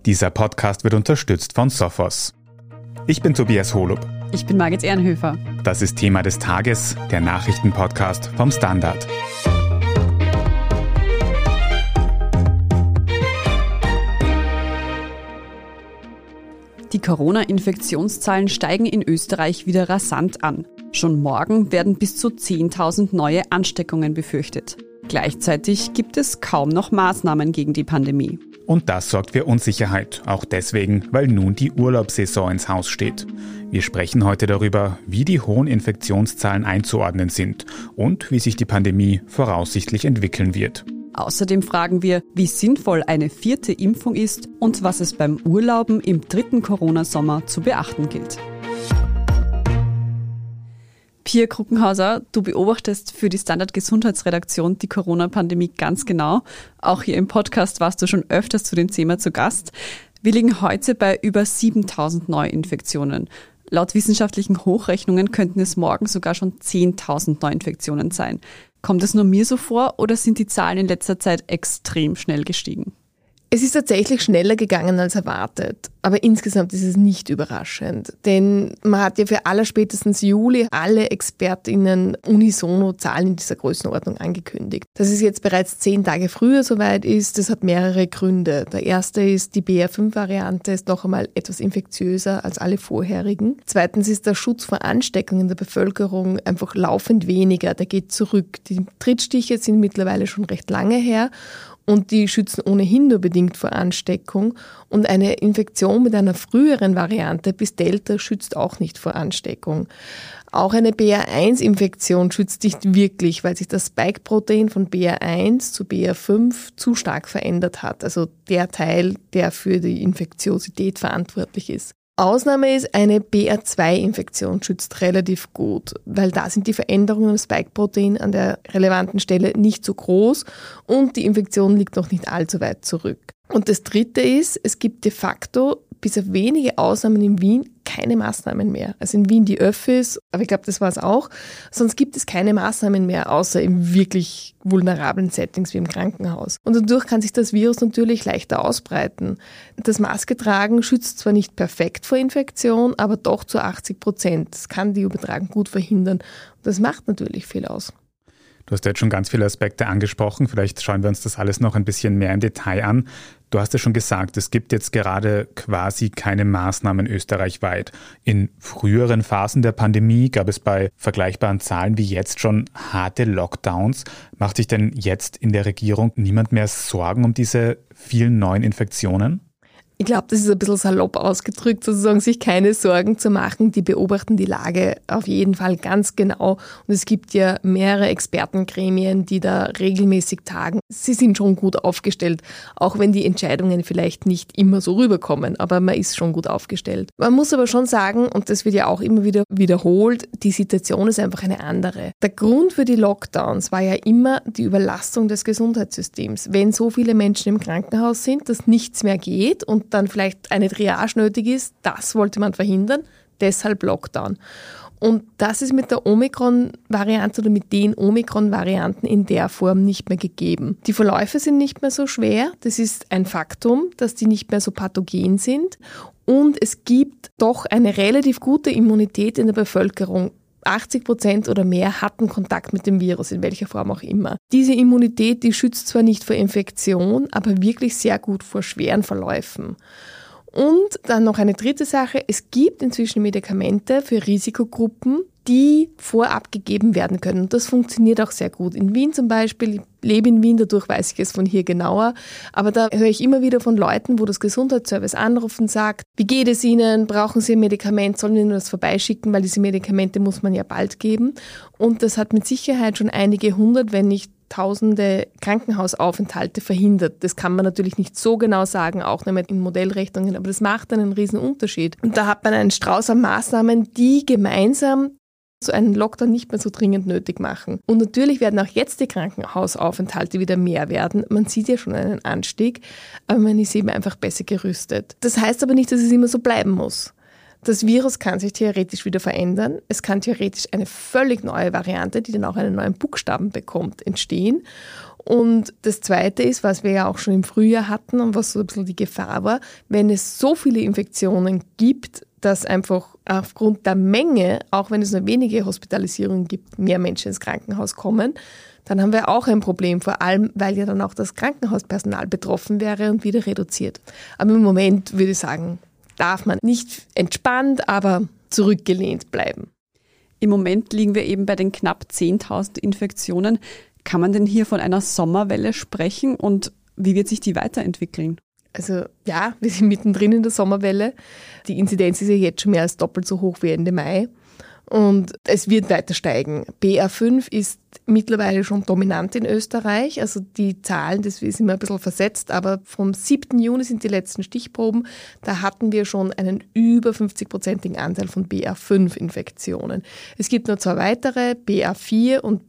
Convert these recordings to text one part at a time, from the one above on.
Dieser Podcast wird unterstützt von Sophos. Ich bin Tobias Holub. Ich bin Margit Ehrenhöfer. Das ist Thema des Tages, der Nachrichtenpodcast vom Standard. Die Corona-Infektionszahlen steigen in Österreich wieder rasant an. Schon morgen werden bis zu 10.000 neue Ansteckungen befürchtet. Gleichzeitig gibt es kaum noch Maßnahmen gegen die Pandemie. Und das sorgt für Unsicherheit, auch deswegen, weil nun die Urlaubssaison ins Haus steht. Wir sprechen heute darüber, wie die hohen Infektionszahlen einzuordnen sind und wie sich die Pandemie voraussichtlich entwickeln wird. Außerdem fragen wir, wie sinnvoll eine 4. Impfung ist und was es beim Urlauben im 3. Corona-Sommer zu beachten gilt. Pia Kruckenhauser, du beobachtest für die Standard-Gesundheitsredaktion die Corona-Pandemie ganz genau. Auch hier im Podcast warst du schon öfters zu dem Thema zu Gast. Wir liegen heute bei über 7.000 Neuinfektionen. Laut wissenschaftlichen Hochrechnungen könnten es morgen sogar schon 10.000 Neuinfektionen sein. Kommt es nur mir so vor oder sind die Zahlen in letzter Zeit extrem schnell gestiegen? Es ist tatsächlich schneller gegangen als erwartet, aber insgesamt ist es nicht überraschend, denn man hat ja für allerspätestens Juli alle ExpertInnen unisono Zahlen in dieser Größenordnung angekündigt. Dass es jetzt bereits 10 Tage früher soweit ist, das hat mehrere Gründe. Der erste ist, die BA.5-Variante ist noch einmal etwas infektiöser als alle vorherigen. Zweitens ist der Schutz vor Ansteckung in der Bevölkerung einfach laufend weniger, der geht zurück. Die Drittstiche sind mittlerweile schon recht lange her. Und die schützen ohnehin nur bedingt vor Ansteckung. Und eine Infektion mit einer früheren Variante bis Delta schützt auch nicht vor Ansteckung. Auch eine BA1-Infektion schützt nicht wirklich, weil sich das Spike-Protein von BA1 zu BA5 zu stark verändert hat. Also der Teil, der für die Infektiosität verantwortlich ist. Ausnahme ist, eine BA2-Infektion schützt relativ gut, weil da sind die Veränderungen im Spike-Protein an der relevanten Stelle nicht so groß und die Infektion liegt noch nicht allzu weit zurück. Und das Dritte ist, es gibt de facto bis auf wenige Ausnahmen in Wien keine Maßnahmen mehr. Also in Wien die Öffis, aber ich glaube, das war es auch. Sonst gibt es keine Maßnahmen mehr, außer in wirklich vulnerablen Settings wie im Krankenhaus. Und dadurch kann sich das Virus natürlich leichter ausbreiten. Das Masketragen schützt zwar nicht perfekt vor Infektion, aber doch zu 80%. Das kann die Übertragung gut verhindern. Und das macht natürlich viel aus. Du hast jetzt schon ganz viele Aspekte angesprochen. Vielleicht schauen wir uns das alles noch ein bisschen mehr im Detail an. Du hast ja schon gesagt, es gibt jetzt gerade quasi keine Maßnahmen österreichweit. In früheren Phasen der Pandemie gab es bei vergleichbaren Zahlen wie jetzt schon harte Lockdowns. Macht sich denn jetzt in der Regierung niemand mehr Sorgen um diese vielen neuen Infektionen? Ich glaube, das ist ein bisschen salopp ausgedrückt, sozusagen sich keine Sorgen zu machen. Die beobachten die Lage auf jeden Fall ganz genau. Und es gibt ja mehrere Expertengremien, die da regelmäßig tagen. Sie sind schon gut aufgestellt, auch wenn die Entscheidungen vielleicht nicht immer so rüberkommen. Aber man ist schon gut aufgestellt. Man muss aber schon sagen, und das wird ja auch immer wieder wiederholt, die Situation ist einfach eine andere. Der Grund für die Lockdowns war ja immer die Überlastung des Gesundheitssystems. Wenn so viele Menschen im Krankenhaus sind, dass nichts mehr geht und dann vielleicht eine Triage nötig ist, das wollte man verhindern, deshalb Lockdown. Und das ist mit der Omikron-Variante oder mit den Omikron-Varianten in der Form nicht mehr gegeben. Die Verläufe sind nicht mehr so schwer, das ist ein Faktum, dass die nicht mehr so pathogen sind und es gibt doch eine relativ gute Immunität in der Bevölkerung. 80% oder mehr hatten Kontakt mit dem Virus, in welcher Form auch immer. Diese Immunität, die schützt zwar nicht vor Infektion, aber wirklich sehr gut vor schweren Verläufen. Und dann noch eine dritte Sache, es gibt inzwischen Medikamente für Risikogruppen, die vorab gegeben werden können. Und das funktioniert auch sehr gut. In Wien zum Beispiel, ich lebe in Wien, dadurch weiß ich es von hier genauer, aber da höre ich immer wieder von Leuten, wo das Gesundheitsservice anruft und sagt, wie geht es Ihnen, brauchen Sie ein Medikament, sollen wir Ihnen das vorbeischicken, weil diese Medikamente muss man ja bald geben. Und das hat mit Sicherheit schon einige hundert, wenn nicht Tausende Krankenhausaufenthalte verhindert. Das kann man natürlich nicht so genau sagen, auch nicht mehr in Modellrechnungen, aber das macht einen riesen Unterschied. Und da hat man einen Strauß an Maßnahmen, die gemeinsam so einen Lockdown nicht mehr so dringend nötig machen. Und natürlich werden auch jetzt die Krankenhausaufenthalte wieder mehr werden. Man sieht ja schon einen Anstieg, aber man ist eben einfach besser gerüstet. Das heißt aber nicht, dass es immer so bleiben muss. Das Virus kann sich theoretisch wieder verändern. Es kann theoretisch eine völlig neue Variante, die dann auch einen neuen Buchstaben bekommt, entstehen. Und das Zweite ist, was wir ja auch schon im Frühjahr hatten und was so ein bisschen die Gefahr war, wenn es so viele Infektionen gibt, dass einfach aufgrund der Menge, auch wenn es nur wenige Hospitalisierungen gibt, mehr Menschen ins Krankenhaus kommen, dann haben wir auch ein Problem, vor allem, weil ja dann auch das Krankenhauspersonal betroffen wäre und wieder reduziert. Aber im Moment würde ich sagen, darf man nicht entspannt, aber zurückgelehnt bleiben. Im Moment liegen wir eben bei den knapp 10.000 Infektionen. Kann man denn hier von einer Sommerwelle sprechen und wie wird sich die weiterentwickeln? Also ja, wir sind mittendrin in der Sommerwelle. Die Inzidenz ist ja jetzt schon mehr als doppelt so hoch wie Ende Mai. Und es wird weiter steigen. BA5 ist mittlerweile schon dominant in Österreich. Also die Zahlen, das ist immer ein bisschen versetzt, aber vom 7. Juni sind die letzten Stichproben. Da hatten wir schon einen über 50-prozentigen Anteil von BA5-Infektionen. Es gibt noch 2 weitere, BA4 und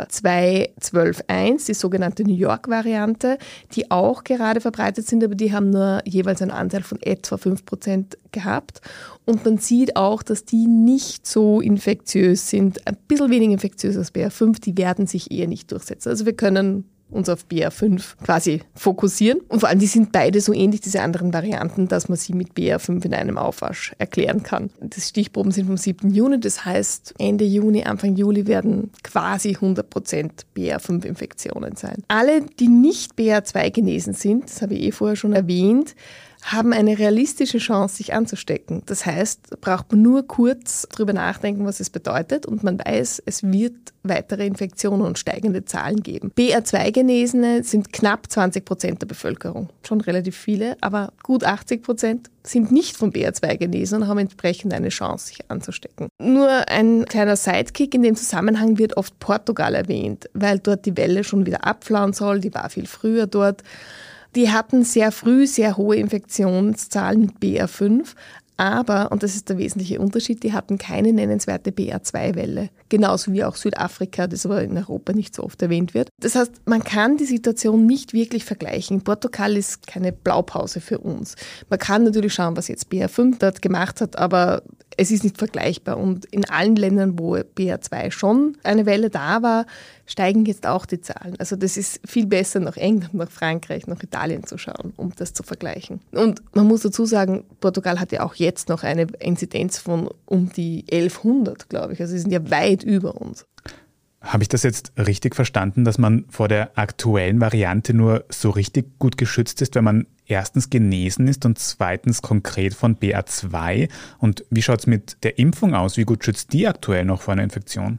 BA2.12.1, die sogenannte New York-Variante, die auch gerade verbreitet sind, aber die haben nur jeweils einen Anteil von etwa 5% gehabt. Und man sieht auch, dass die nicht so infektiös sind, ein bisschen weniger infektiös als BA5, die werden sich eher nicht durchsetzen. Also wir können uns auf BA5 quasi fokussieren. Und vor allem, die sind beide so ähnlich, diese anderen Varianten, dass man sie mit BA5 in einem Aufwasch erklären kann. Die Stichproben sind vom 7. Juni, das heißt Ende Juni, Anfang Juli werden quasi 100% BA5-Infektionen sein. Alle, die nicht BA2 genesen sind, das habe ich vorher schon erwähnt, haben eine realistische Chance, sich anzustecken. Das heißt, braucht man nur kurz drüber nachdenken, was es bedeutet und man weiß, es wird weitere Infektionen und steigende Zahlen geben. BA2-Genesene sind knapp 20% der Bevölkerung. Schon relativ viele, aber gut 80% sind nicht von BA2 genesen und haben entsprechend eine Chance, sich anzustecken. Nur ein kleiner Sidekick, in dem Zusammenhang wird oft Portugal erwähnt, weil dort die Welle schon wieder abflauen soll, die war viel früher dort. Die hatten sehr früh sehr hohe Infektionszahlen mit BA5, aber, und das ist der wesentliche Unterschied, die hatten keine nennenswerte BA2-Welle. Genauso wie auch Südafrika, das aber in Europa nicht so oft erwähnt wird. Das heißt, man kann die Situation nicht wirklich vergleichen. Portugal ist keine Blaupause für uns. Man kann natürlich schauen, was jetzt BA5 dort gemacht hat, aber es ist nicht vergleichbar. Und in allen Ländern, wo BA2 schon eine Welle da war, steigen jetzt auch die Zahlen. Also das ist viel besser, nach England, nach Frankreich, nach Italien zu schauen, um das zu vergleichen. Und man muss dazu sagen, Portugal hat ja auch jetzt noch eine Inzidenz von um die 1100, glaube ich. Also sie sind ja weit über uns. Habe ich das jetzt richtig verstanden, dass man vor der aktuellen Variante nur so richtig gut geschützt ist, wenn man erstens genesen ist und zweitens konkret von BA2? Und wie schaut es mit der Impfung aus? Wie gut schützt die aktuell noch vor einer Infektion?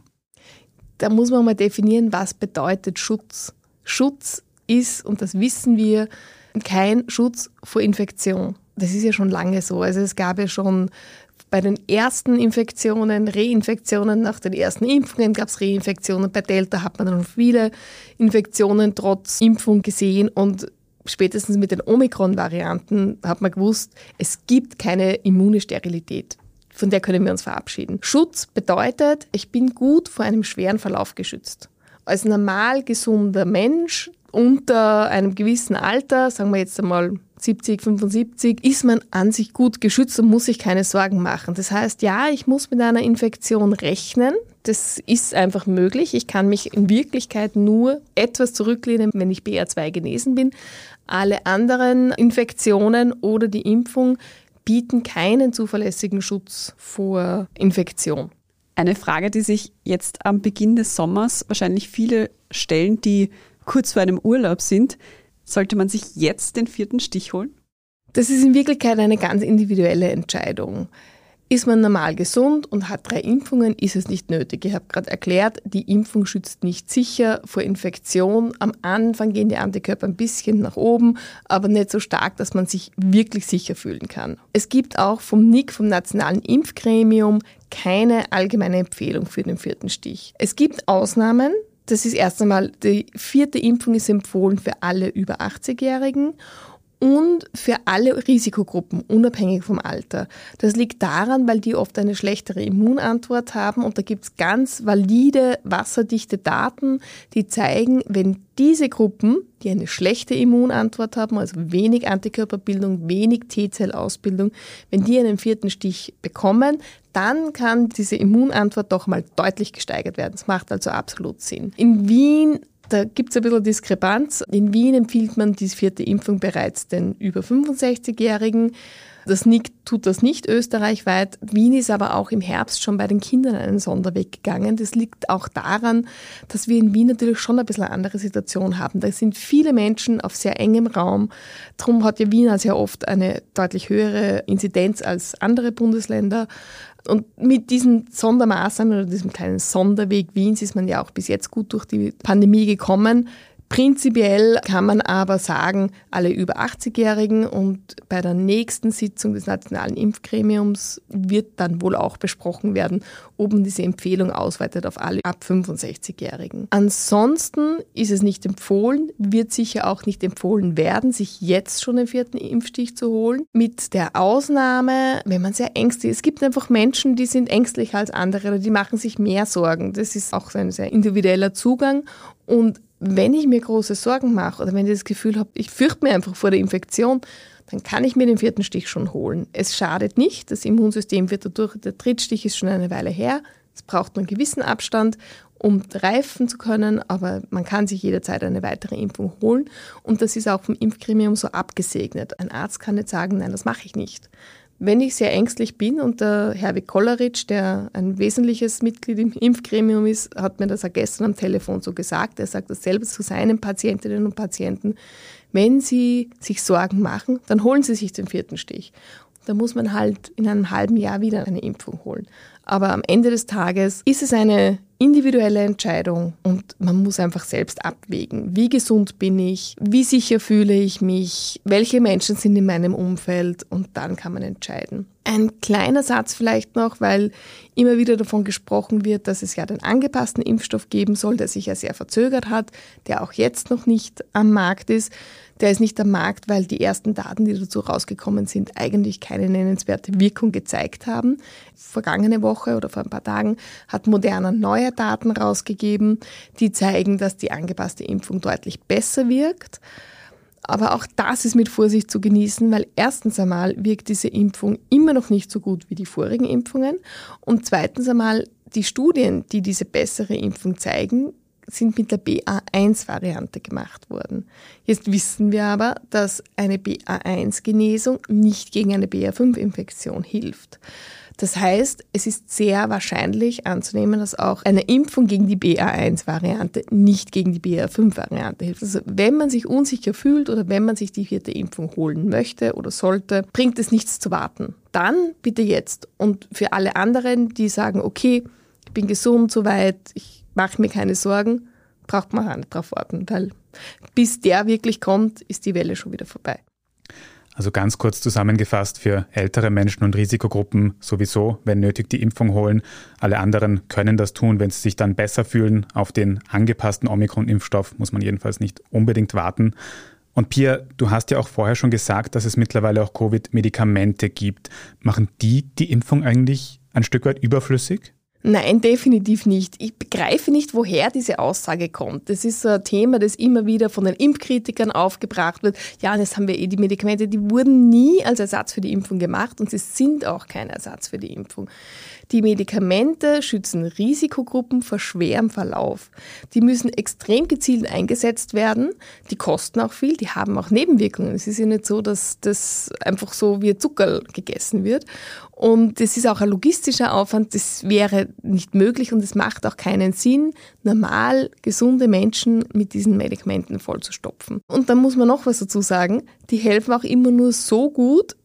Da muss man mal definieren, was bedeutet Schutz. Schutz ist, und das wissen wir, kein Schutz vor Infektion. Das ist ja schon lange so. Also es gab ja schon bei den ersten Infektionen, Reinfektionen nach den ersten Impfungen gab es Reinfektionen. Bei Delta hat man dann viele Infektionen trotz Impfung gesehen und spätestens mit den Omikron-Varianten hat man gewusst, es gibt keine immune Sterilität. Von der können wir uns verabschieden. Schutz bedeutet, ich bin gut vor einem schweren Verlauf geschützt. Als normal gesunder Mensch unter einem gewissen Alter, sagen wir jetzt einmal 70, 75, ist man an sich gut geschützt und muss sich keine Sorgen machen. Das heißt, ja, ich muss mit einer Infektion rechnen. Das ist einfach möglich. Ich kann mich in Wirklichkeit nur etwas zurücklehnen, wenn ich BA2 genesen bin. Alle anderen Infektionen oder die Impfung bieten keinen zuverlässigen Schutz vor Infektion. Eine Frage, die sich jetzt am Beginn des Sommers wahrscheinlich viele stellen, die kurz vor einem Urlaub sind. Sollte man sich jetzt den 4. Stich holen? Das ist in Wirklichkeit eine ganz individuelle Entscheidung. Ist man normal gesund und hat 3 Impfungen, ist es nicht nötig. Ich habe gerade erklärt, die Impfung schützt nicht sicher vor Infektion. Am Anfang gehen die Antikörper ein bisschen nach oben, aber nicht so stark, dass man sich wirklich sicher fühlen kann. Es gibt auch vom NIC, vom Nationalen Impfgremium, keine allgemeine Empfehlung für den 4. Stich. Es gibt Ausnahmen. Das ist erst einmal, die 4. Impfung ist empfohlen für alle über 80-Jährigen. und für alle Risikogruppen, unabhängig vom Alter. Das liegt daran, weil die oft eine schlechtere Immunantwort haben und da gibt es ganz valide, wasserdichte Daten, die zeigen, wenn diese Gruppen, die eine schlechte Immunantwort haben, also wenig Antikörperbildung, wenig T-Zellausbildung, wenn die einen 4. Stich bekommen, dann kann diese Immunantwort doch mal deutlich gesteigert werden. Das macht also absolut Sinn. In Wien, da gibt es ein bisschen Diskrepanz. In Wien empfiehlt man die 4. Impfung bereits den über 65-Jährigen. Das NIC tut das nicht österreichweit. Wien ist aber auch im Herbst schon bei den Kindern einen Sonderweg gegangen. Das liegt auch daran, dass wir in Wien natürlich schon ein bisschen eine andere Situation haben. Da sind viele Menschen auf sehr engem Raum. Darum hat ja Wien also ja oft eine deutlich höhere Inzidenz als andere Bundesländer. Und mit diesen Sondermaßnahmen oder diesem kleinen Sonderweg Wiens ist man ja auch bis jetzt gut durch die Pandemie gekommen. Prinzipiell kann man aber sagen, alle über 80-Jährigen und bei der nächsten Sitzung des Nationalen Impfgremiums wird dann wohl auch besprochen werden, ob man diese Empfehlung ausweitet auf alle ab 65-Jährigen. Ansonsten ist es nicht empfohlen, wird sicher auch nicht empfohlen werden, sich jetzt schon den 4. Impfstich zu holen. Mit der Ausnahme, wenn man sehr ängstlich ist. Es gibt einfach Menschen, die sind ängstlicher als andere oder die machen sich mehr Sorgen. Das ist auch so ein sehr individueller Zugang. Und wenn ich mir große Sorgen mache oder wenn ich das Gefühl habe, ich fürchte mich einfach vor der Infektion, dann kann ich mir den 4. Stich schon holen. Es schadet nicht, das Immunsystem wird dadurch, der Drittstich ist schon eine Weile her, es braucht einen gewissen Abstand, um reifen zu können, aber man kann sich jederzeit eine weitere Impfung holen und das ist auch vom Impfgremium so abgesegnet. Ein Arzt kann nicht sagen, nein, das mache ich nicht. Wenn ich sehr ängstlich bin und der Herwig Kolleritsch, der ein wesentliches Mitglied im Impfgremium ist, hat mir das auch gestern am Telefon so gesagt. Er sagt das selber zu seinen Patientinnen und Patienten. Wenn sie sich Sorgen machen, dann holen sie sich den 4. Stich. Da muss man halt in einem halben Jahr wieder eine Impfung holen. Aber am Ende des Tages ist es eine individuelle Entscheidung und man muss einfach selbst abwägen, wie gesund bin ich, wie sicher fühle ich mich, welche Menschen sind in meinem Umfeld und dann kann man entscheiden. Ein kleiner Satz vielleicht noch, weil immer wieder davon gesprochen wird, dass es ja den angepassten Impfstoff geben soll, der sich ja sehr verzögert hat, der auch jetzt noch nicht am Markt ist. Der ist nicht am Markt, weil die ersten Daten, die dazu rausgekommen sind, eigentlich keine nennenswerte Wirkung gezeigt haben. Vergangene Woche oder vor ein paar Tagen hat Moderna neue Daten rausgegeben, die zeigen, dass die angepasste Impfung deutlich besser wirkt. Aber auch das ist mit Vorsicht zu genießen, weil erstens einmal wirkt diese Impfung immer noch nicht so gut wie die vorigen Impfungen und zweitens einmal die Studien, die diese bessere Impfung zeigen, sind mit der BA1-Variante gemacht worden. Jetzt wissen wir aber, dass eine BA1-Genesung nicht gegen eine BA5-Infektion hilft. Das heißt, es ist sehr wahrscheinlich anzunehmen, dass auch eine Impfung gegen die BA1-Variante nicht gegen die BA5-Variante hilft. Also wenn man sich unsicher fühlt oder wenn man sich die 4. Impfung holen möchte oder sollte, bringt es nichts zu warten. Dann bitte jetzt. Und für alle anderen, die sagen, okay, ich bin gesund soweit, ich mache mir keine Sorgen, braucht man auch nicht drauf warten, weil bis der wirklich kommt, ist die Welle schon wieder vorbei. Also ganz kurz zusammengefasst, für ältere Menschen und Risikogruppen sowieso, wenn nötig, die Impfung holen. Alle anderen können das tun, wenn sie sich dann besser fühlen. Auf den angepassten Omikron-Impfstoff muss man jedenfalls nicht unbedingt warten. Und Pia, du hast ja auch vorher schon gesagt, dass es mittlerweile auch Covid-Medikamente gibt. Machen die Impfung eigentlich ein Stück weit überflüssig? Nein, definitiv nicht. Ich begreife nicht, woher diese Aussage kommt. Das ist so ein Thema, das immer wieder von den Impfkritikern aufgebracht wird. Ja, das haben wir die Medikamente, die wurden nie als Ersatz für die Impfung gemacht und sie sind auch kein Ersatz für die Impfung. Die Medikamente schützen Risikogruppen vor schwerem Verlauf. Die müssen extrem gezielt eingesetzt werden. Die kosten auch viel, die haben auch Nebenwirkungen. Es ist ja nicht so, dass das einfach so wie Zuckerl gegessen wird. Und das ist auch ein logistischer Aufwand, das wäre nicht möglich und es macht auch keinen Sinn, normal gesunde Menschen mit diesen Medikamenten vollzustopfen. Und dann muss man noch was dazu sagen, die helfen auch immer nur so gut,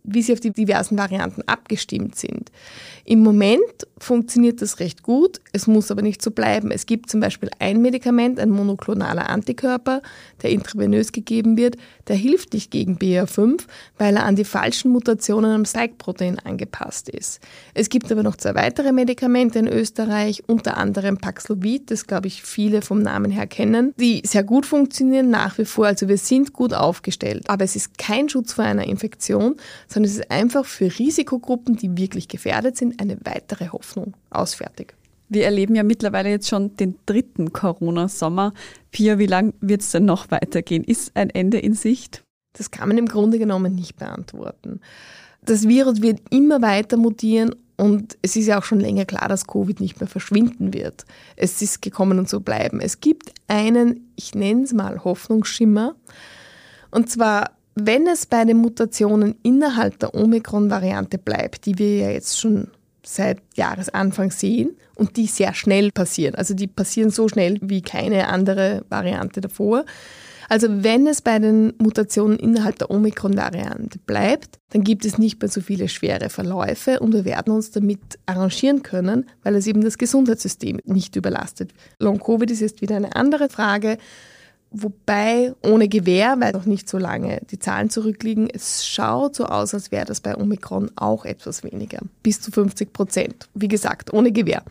wie sie auf die diversen Varianten abgestimmt sind. Im Moment funktioniert das recht gut, es muss aber nicht so bleiben. Es gibt zum Beispiel ein Medikament, ein monoklonaler Antikörper, der intravenös gegeben wird, der hilft nicht gegen BA5, weil er an die falschen Mutationen am Spike-Protein angepasst ist. Es gibt aber noch 2 weitere Medikamente in Österreich, unter anderem Paxlovid, das glaube ich viele vom Namen her kennen, die sehr gut funktionieren nach wie vor. Also wir sind gut aufgestellt, aber es ist kein Schutz vor einer Infektion, sondern es ist einfach für Risikogruppen, die wirklich gefährdet sind, eine weitere Hoffnung. Ausfertig. Wir erleben ja mittlerweile jetzt schon den 3. Corona-Sommer. Pia, wie lange wird es denn noch weitergehen? Ist ein Ende in Sicht? Das kann man im Grunde genommen nicht beantworten. Das Virus wird immer weiter mutieren und es ist ja auch schon länger klar, dass Covid nicht mehr verschwinden wird. Es ist gekommen und so bleiben. Es gibt einen, ich nenne es mal Hoffnungsschimmer, und zwar, wenn es bei den Mutationen innerhalb der Omikron-Variante bleibt, die wir ja jetzt schon seit Jahresanfang sehen und die sehr schnell passieren. Also die passieren so schnell wie keine andere Variante davor. Also wenn es bei den Mutationen innerhalb der Omikron-Variante bleibt, dann gibt es nicht mehr so viele schwere Verläufe und wir werden uns damit arrangieren können, weil es eben das Gesundheitssystem nicht überlastet. Long-Covid ist jetzt wieder eine andere Frage. Wobei ohne Gewähr, weil noch nicht so lange die Zahlen zurückliegen, es schaut so aus, als wäre das bei Omikron auch etwas weniger, bis zu 50%. Wie gesagt, ohne Gewähr.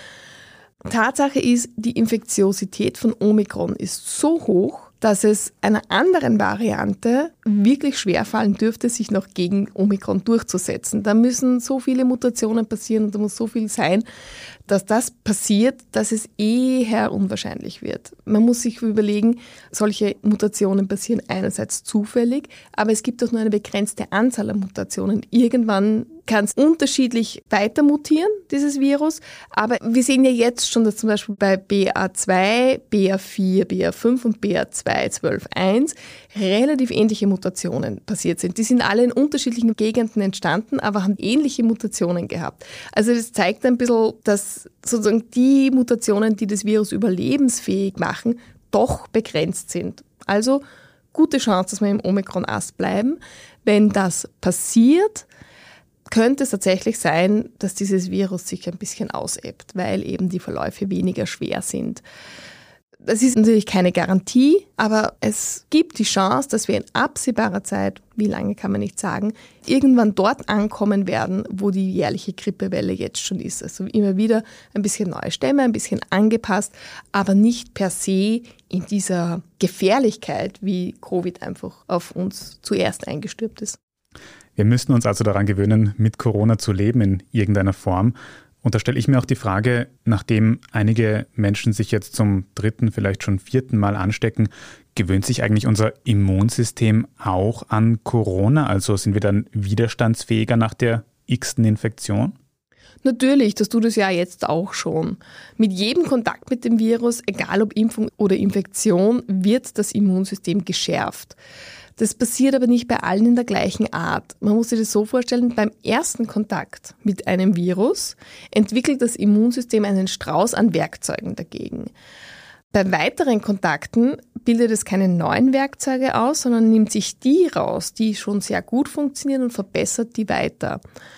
Tatsache ist, die Infektiosität von Omikron ist so hoch, dass es einer anderen Variante wirklich schwerfallen dürfte, sich noch gegen Omikron durchzusetzen. Da müssen so viele Mutationen passieren und da muss so viel sein, dass das passiert, dass es eher unwahrscheinlich wird. Man muss sich überlegen, solche Mutationen passieren einerseits zufällig, aber es gibt auch nur eine begrenzte Anzahl an Mutationen. Irgendwann kann es unterschiedlich weiter mutieren, dieses Virus, aber wir sehen ja jetzt schon, dass zum Beispiel bei BA2, BA4, BA5 und BA2.12.1 relativ ähnliche Mutationen passiert sind. Die sind alle in unterschiedlichen Gegenden entstanden, aber haben ähnliche Mutationen gehabt. Also das zeigt ein bisschen, dass sozusagen die Mutationen, die das Virus überlebensfähig machen, doch begrenzt sind. Also gute Chance, dass wir im Omikron-Ast bleiben. Wenn das passiert, könnte es tatsächlich sein, dass dieses Virus sich ein bisschen ausebbt, weil eben die Verläufe weniger schwer sind. Das ist natürlich keine Garantie, aber es gibt die Chance, dass wir in absehbarer Zeit, wie lange kann man nicht sagen, irgendwann dort ankommen werden, wo die jährliche Grippewelle jetzt schon ist. Also immer wieder ein bisschen neue Stämme, ein bisschen angepasst, aber nicht per se in dieser Gefährlichkeit, wie Covid einfach auf uns zuerst eingestürmt ist. Wir müssen uns also daran gewöhnen, mit Corona zu leben in irgendeiner Form. Und da stelle ich mir auch die Frage, nachdem einige Menschen sich jetzt zum 3., vielleicht schon 4. Mal anstecken, gewöhnt sich eigentlich unser Immunsystem auch an Corona? Also sind wir dann widerstandsfähiger nach der x-ten Infektion? Natürlich, das tut es ja jetzt auch schon. Mit jedem Kontakt mit dem Virus, egal ob Impfung oder Infektion, wird das Immunsystem geschärft. Das passiert aber nicht bei allen in der gleichen Art. Man muss sich das so vorstellen, beim ersten Kontakt mit einem Virus entwickelt das Immunsystem einen Strauß an Werkzeugen dagegen. Bei weiteren Kontakten bildet es keine neuen Werkzeuge aus, sondern nimmt sich die raus, die schon sehr gut funktionieren und verbessert die weiter.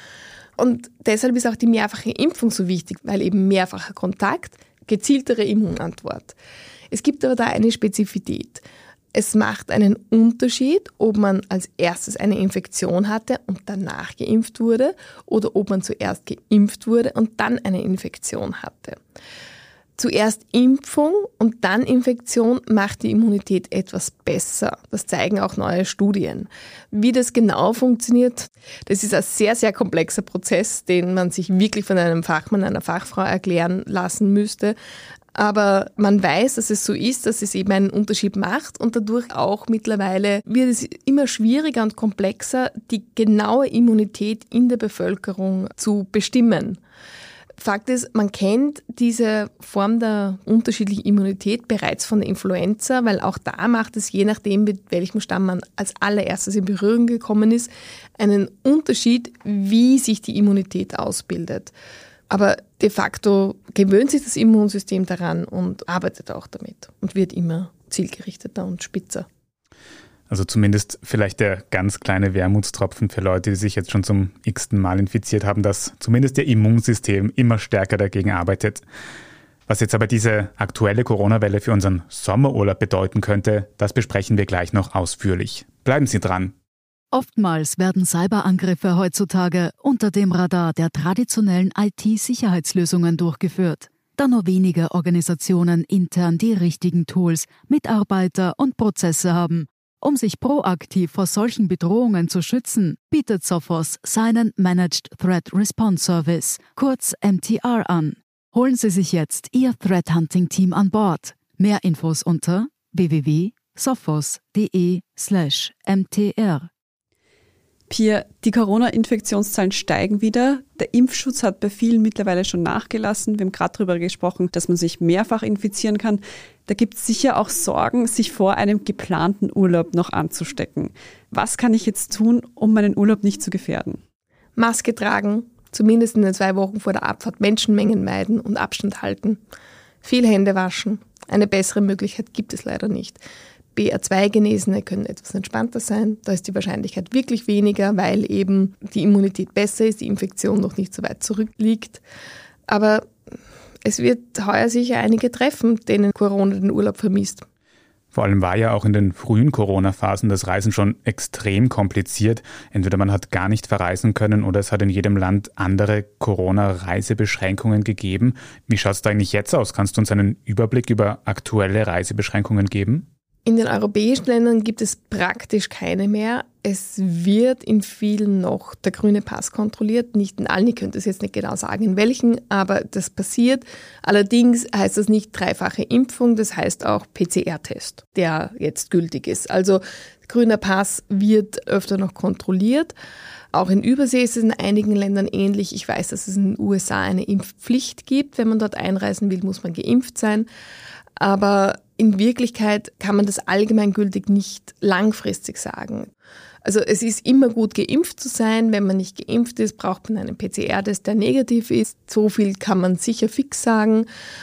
Und deshalb ist auch die mehrfache Impfung so wichtig, weil eben mehrfacher Kontakt, gezieltere Immunantwort. Es gibt aber da eine Spezifität. Es macht einen Unterschied, ob man als erstes eine Infektion hatte und danach geimpft wurde oder ob man zuerst geimpft wurde und dann eine Infektion hatte. Zuerst Impfung und dann Infektion macht die Immunität etwas besser. Das zeigen auch neue Studien. Wie das genau funktioniert, das ist ein sehr, sehr komplexer Prozess, den man sich wirklich von einem Fachmann, einer Fachfrau erklären lassen müsste. Aber man weiß, dass es so ist, dass es eben einen Unterschied macht und dadurch auch mittlerweile wird es immer schwieriger und komplexer, die genaue Immunität in der Bevölkerung zu bestimmen. Fakt ist, man kennt diese Form der unterschiedlichen Immunität bereits von der Influenza, weil auch da macht es, je nachdem, mit welchem Stamm man als allererstes in Berührung gekommen ist, einen Unterschied, wie sich die Immunität ausbildet. Aber de facto gewöhnt sich das Immunsystem daran und arbeitet auch damit und wird immer zielgerichteter und spitzer. Also zumindest vielleicht der ganz kleine Wermutstropfen für Leute, die sich jetzt schon zum x-ten Mal infiziert haben, dass zumindest ihr Immunsystem immer stärker dagegen arbeitet. Was jetzt aber diese aktuelle Corona-Welle für unseren Sommerurlaub bedeuten könnte, das besprechen wir gleich noch ausführlich. Bleiben Sie dran. Oftmals werden Cyberangriffe heutzutage unter dem Radar der traditionellen IT-Sicherheitslösungen durchgeführt, da nur wenige Organisationen intern die richtigen Tools, Mitarbeiter und Prozesse haben. Um sich proaktiv vor solchen Bedrohungen zu schützen, bietet Sophos seinen Managed Threat Response Service, kurz MTR, an. Holen Sie sich jetzt Ihr Threat Hunting Team an Bord. Mehr Infos unter www.sophos.de/mtr. Pia, die Corona-Infektionszahlen steigen wieder. Der Impfschutz hat bei vielen mittlerweile schon nachgelassen. Wir haben gerade darüber gesprochen, dass man sich mehrfach infizieren kann. Da gibt es sicher auch Sorgen, sich vor einem geplanten Urlaub noch anzustecken. Was kann ich jetzt tun, um meinen Urlaub nicht zu gefährden? Maske tragen, zumindest in den 2 Wochen vor der Abfahrt Menschenmengen meiden und Abstand halten. Viel Hände waschen. Eine bessere Möglichkeit gibt es leider nicht. BA2-Genesene können etwas entspannter sein. Da ist die Wahrscheinlichkeit wirklich weniger, weil eben die Immunität besser ist, die Infektion noch nicht so weit zurückliegt. Aber es wird heuer sicher einige treffen, denen Corona den Urlaub vermisst. Vor allem war ja auch in den frühen Corona-Phasen das Reisen schon extrem kompliziert. Entweder man hat gar nicht verreisen können oder es hat in jedem Land andere Corona-Reisebeschränkungen gegeben. Wie schaut es da eigentlich jetzt aus? Kannst du uns einen Überblick über aktuelle Reisebeschränkungen geben? In den europäischen Ländern gibt es praktisch keine mehr. Es wird in vielen noch der grüne Pass kontrolliert. Nicht in allen, ich könnte es jetzt nicht genau sagen, in welchen, aber das passiert. Allerdings heißt das nicht 3-fache Impfung, das heißt auch PCR-Test, der jetzt gültig ist. Also grüner Pass wird öfter noch kontrolliert. Auch in Übersee ist es in einigen Ländern ähnlich. Ich weiß, dass es in den USA eine Impfpflicht gibt. Wenn man dort einreisen will, muss man geimpft sein. Aber in Wirklichkeit kann man das allgemeingültig nicht langfristig sagen. Also es ist immer gut, geimpft zu sein. Wenn man nicht geimpft ist, braucht man einen PCR-Test, der negativ ist. So viel kann man sicher fix sagen.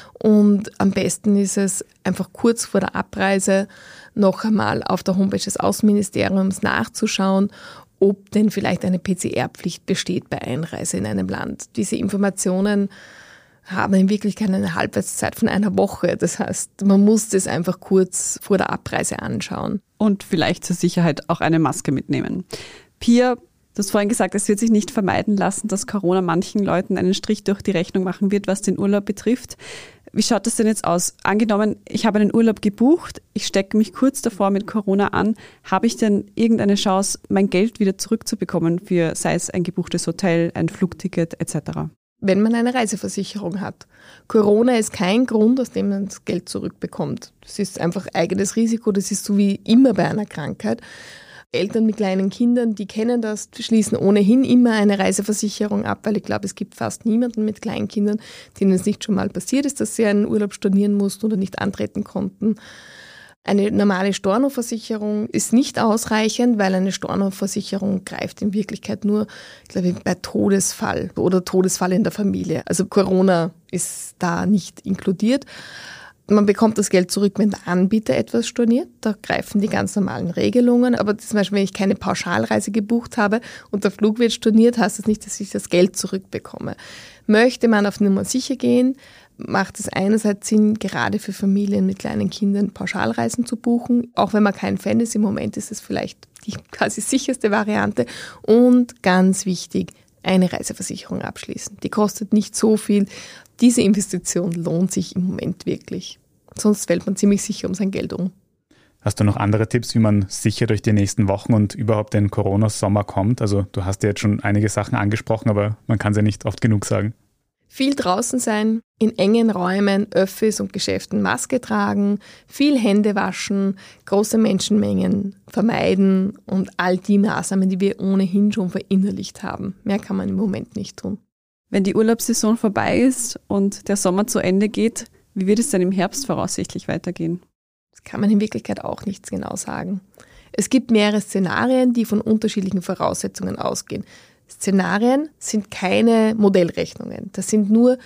Und am besten ist es, einfach kurz vor der Abreise noch einmal auf der Homepage des Außenministeriums nachzuschauen, ob denn vielleicht eine PCR-Pflicht besteht bei Einreise in einem Land. Diese Informationen haben in Wirklichkeit eine Halbwertszeit von 1 Woche. Das heißt, man muss das einfach kurz vor der Abreise anschauen. Und vielleicht zur Sicherheit auch eine Maske mitnehmen. Pia, du hast vorhin gesagt, es wird sich nicht vermeiden lassen, dass Corona manchen Leuten einen Strich durch die Rechnung machen wird, was den Urlaub betrifft. Wie schaut das denn jetzt aus? Angenommen, ich habe einen Urlaub gebucht, ich stecke mich kurz davor mit Corona an. Habe ich denn irgendeine Chance, mein Geld wieder zurückzubekommen für, sei es ein gebuchtes Hotel, ein Flugticket etc.? Wenn man eine Reiseversicherung hat. Corona ist kein Grund, aus dem man das Geld zurückbekommt. Das ist einfach eigenes Risiko, das ist so wie immer bei einer Krankheit. Eltern mit kleinen Kindern, die kennen das, schließen ohnehin immer eine Reiseversicherung ab, weil ich glaube, es gibt fast niemanden mit Kleinkindern, denen es nicht schon mal passiert ist, dass sie einen Urlaub stornieren mussten oder nicht antreten konnten. Eine normale Stornoversicherung ist nicht ausreichend, weil eine Stornoversicherung greift in Wirklichkeit nur, glaube ich, bei Todesfall oder Todesfall in der Familie. Also Corona ist da nicht inkludiert. Man bekommt das Geld zurück, wenn der Anbieter etwas storniert. Da greifen die ganz normalen Regelungen. Aber zum Beispiel, wenn ich keine Pauschalreise gebucht habe und der Flug wird storniert, heißt das nicht, dass ich das Geld zurückbekomme. Möchte man auf Nummer sicher gehen, macht es einerseits Sinn, gerade für Familien mit kleinen Kindern Pauschalreisen zu buchen. Auch wenn man kein Fan ist, im Moment ist es vielleicht die quasi sicherste Variante. Und ganz wichtig, eine Reiseversicherung abschließen. Die kostet nicht so viel. Diese Investition lohnt sich im Moment wirklich. Sonst fällt man ziemlich sicher um sein Geld um. Hast du noch andere Tipps, wie man sicher durch die nächsten Wochen und überhaupt den Corona-Sommer kommt? Also du hast ja jetzt schon einige Sachen angesprochen, aber man kann es ja nicht oft genug sagen. Viel draußen sein, in engen Räumen, Öffis und Geschäften Maske tragen, viel Hände waschen, große Menschenmengen vermeiden und all die Maßnahmen, die wir ohnehin schon verinnerlicht haben. Mehr kann man im Moment nicht tun. Wenn die Urlaubssaison vorbei ist und der Sommer zu Ende geht, wie wird es dann im Herbst voraussichtlich weitergehen? Das kann man in Wirklichkeit auch nicht genau sagen. Es gibt mehrere Szenarien, die von unterschiedlichen Voraussetzungen ausgehen. Szenarien sind keine Modellrechnungen. Das sind nur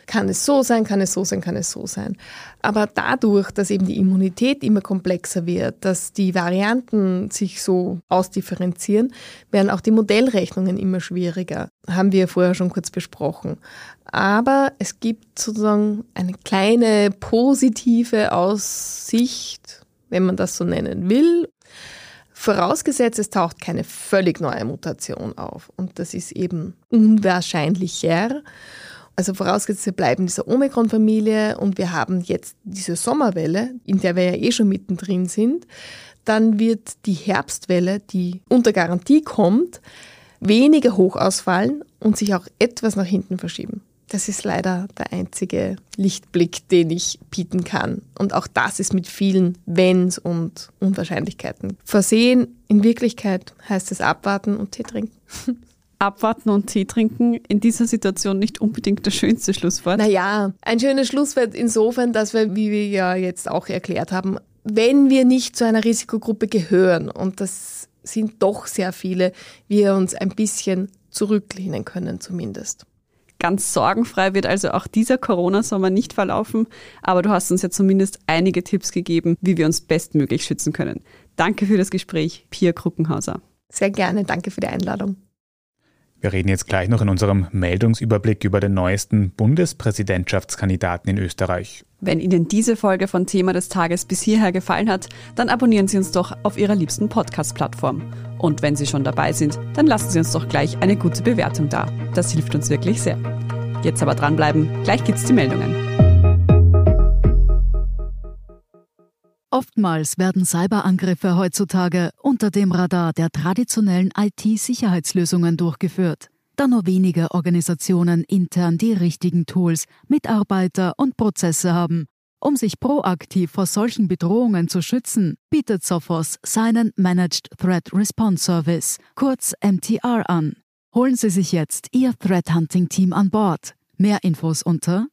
Kann es so sein, kann es so sein, kann es so sein. Aber dadurch, dass eben die Immunität immer komplexer wird, dass die Varianten sich so ausdifferenzieren, werden auch die Modellrechnungen immer schwieriger. Haben wir ja vorher schon kurz besprochen. Aber es gibt sozusagen eine kleine positive Aussicht, wenn man das so nennen will. Vorausgesetzt, es taucht keine völlig neue Mutation auf. Und das ist eben unwahrscheinlicher. Also vorausgesetzt, wir bleiben in dieser Omikron-Familie und wir haben jetzt diese Sommerwelle, in der wir ja schon mittendrin sind, dann wird die Herbstwelle, die unter Garantie kommt, weniger hoch ausfallen und sich auch etwas nach hinten verschieben. Das ist leider der einzige Lichtblick, den ich bieten kann. Und auch das ist mit vielen Wenns und Unwahrscheinlichkeiten versehen. In Wirklichkeit heißt es abwarten und Tee trinken. Abwarten und Tee trinken, in dieser Situation nicht unbedingt das schönste Schlusswort. Naja, ein schönes Schlusswort insofern, dass wir, wie wir ja jetzt auch erklärt haben, wenn wir nicht zu einer Risikogruppe gehören, und das sind doch sehr viele, wir uns ein bisschen zurücklehnen können zumindest. Ganz sorgenfrei wird also auch dieser Corona-Sommer nicht verlaufen, aber du hast uns ja zumindest einige Tipps gegeben, wie wir uns bestmöglich schützen können. Danke für das Gespräch, Pia Kruckenhauser. Sehr gerne, danke für die Einladung. Wir reden jetzt gleich noch in unserem Meldungsüberblick über den neuesten Bundespräsidentschaftskandidaten in Österreich. Wenn Ihnen diese Folge von Thema des Tages bis hierher gefallen hat, dann abonnieren Sie uns doch auf Ihrer liebsten Podcast-Plattform. Und wenn Sie schon dabei sind, dann lassen Sie uns doch gleich eine gute Bewertung da. Das hilft uns wirklich sehr. Jetzt aber dranbleiben, gleich gibt's die Meldungen. Oftmals werden Cyberangriffe heutzutage unter dem Radar der traditionellen IT-Sicherheitslösungen durchgeführt, da nur wenige Organisationen intern die richtigen Tools, Mitarbeiter und Prozesse haben. Um sich proaktiv vor solchen Bedrohungen zu schützen, bietet Sophos seinen Managed Threat Response Service, kurz MTR, an. Holen Sie sich jetzt Ihr Threat Hunting Team an Bord. Mehr Infos unter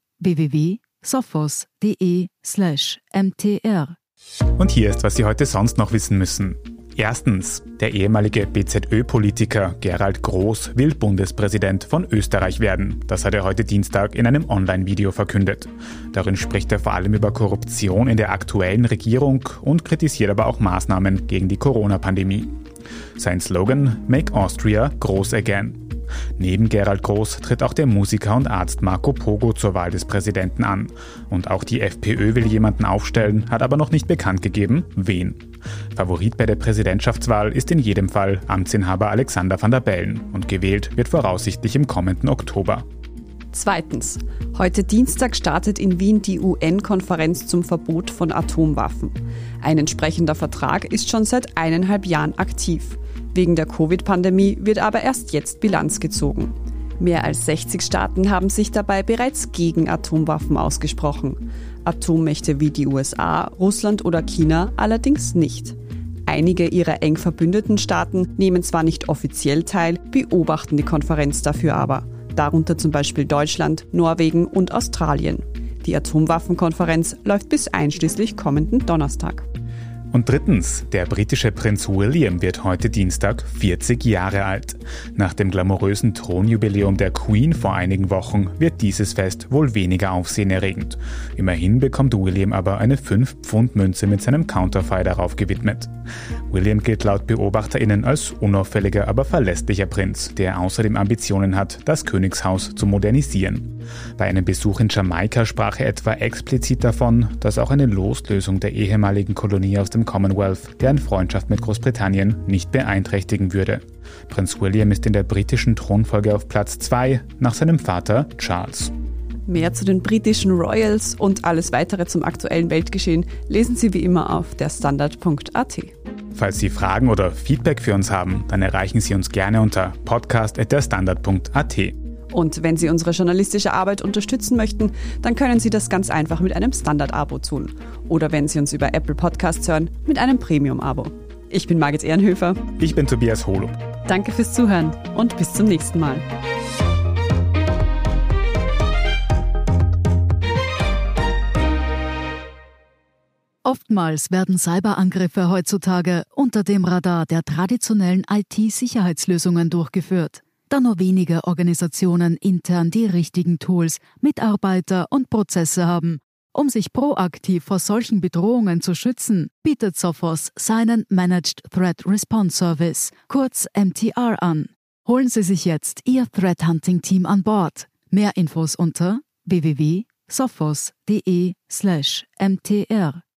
www.sophos.de/mtr. Und hier ist, was Sie heute sonst noch wissen müssen. Erstens, der ehemalige BZÖ-Politiker Gerald Groß will Bundespräsident von Österreich werden. Das hat er heute Dienstag in einem Online-Video verkündet. Darin spricht er vor allem über Korruption in der aktuellen Regierung und kritisiert aber auch Maßnahmen gegen die Corona-Pandemie. Sein Slogan: Make Austria Groß Again. Neben Gerald Groß tritt auch der Musiker und Arzt Marco Pogo zur Wahl des Präsidenten an. Und auch die FPÖ will jemanden aufstellen, hat aber noch nicht bekannt gegeben, wen. Favorit bei der Präsidentschaftswahl ist in jedem Fall Amtsinhaber Alexander Van der Bellen und gewählt wird voraussichtlich im kommenden Oktober. Zweitens. Heute Dienstag startet in Wien die UN-Konferenz zum Verbot von Atomwaffen. Ein entsprechender Vertrag ist schon seit 1,5 Jahren aktiv. Wegen der Covid-Pandemie wird aber erst jetzt Bilanz gezogen. Mehr als 60 Staaten haben sich dabei bereits gegen Atomwaffen ausgesprochen. Atommächte wie die USA, Russland oder China allerdings nicht. Einige ihrer eng verbündeten Staaten nehmen zwar nicht offiziell teil, beobachten die Konferenz dafür aber. Darunter zum Beispiel Deutschland, Norwegen und Australien. Die Atomwaffenkonferenz läuft bis einschließlich kommenden Donnerstag. Und drittens, der britische Prinz William wird heute Dienstag 40 Jahre alt. Nach dem glamourösen Thronjubiläum der Queen vor einigen Wochen wird dieses Fest wohl weniger aufsehenerregend. Immerhin bekommt William aber eine 5-Pfund-Münze mit seinem Counterfei darauf gewidmet. William gilt laut BeobachterInnen als unauffälliger, aber verlässlicher Prinz, der außerdem Ambitionen hat, das Königshaus zu modernisieren. Bei einem Besuch in Jamaika sprach er etwa explizit davon, dass auch eine Loslösung der ehemaligen Kolonie aus dem Commonwealth deren Freundschaft mit Großbritannien nicht beeinträchtigen würde. Prinz William ist in der britischen Thronfolge auf Platz 2 nach seinem Vater Charles. Mehr zu den britischen Royals und alles weitere zum aktuellen Weltgeschehen lesen Sie wie immer auf derstandard.at. Falls Sie Fragen oder Feedback für uns haben, dann erreichen Sie uns gerne unter podcast@derstandard.at. Und wenn Sie unsere journalistische Arbeit unterstützen möchten, dann können Sie das ganz einfach mit einem Standard-Abo tun. Oder wenn Sie uns über Apple Podcasts hören, mit einem Premium-Abo. Ich bin Margit Ehrenhöfer. Ich bin Tobias Holub. Danke fürs Zuhören und bis zum nächsten Mal. Oftmals werden Cyberangriffe heutzutage unter dem Radar der traditionellen IT-Sicherheitslösungen durchgeführt, da nur wenige Organisationen intern die richtigen Tools, Mitarbeiter und Prozesse haben. Um sich proaktiv vor solchen Bedrohungen zu schützen, bietet Sophos seinen Managed Threat Response Service, kurz MTR, an. Holen Sie sich jetzt Ihr Threat Hunting Team an Bord. Mehr Infos unter www.sophos.de/mtr.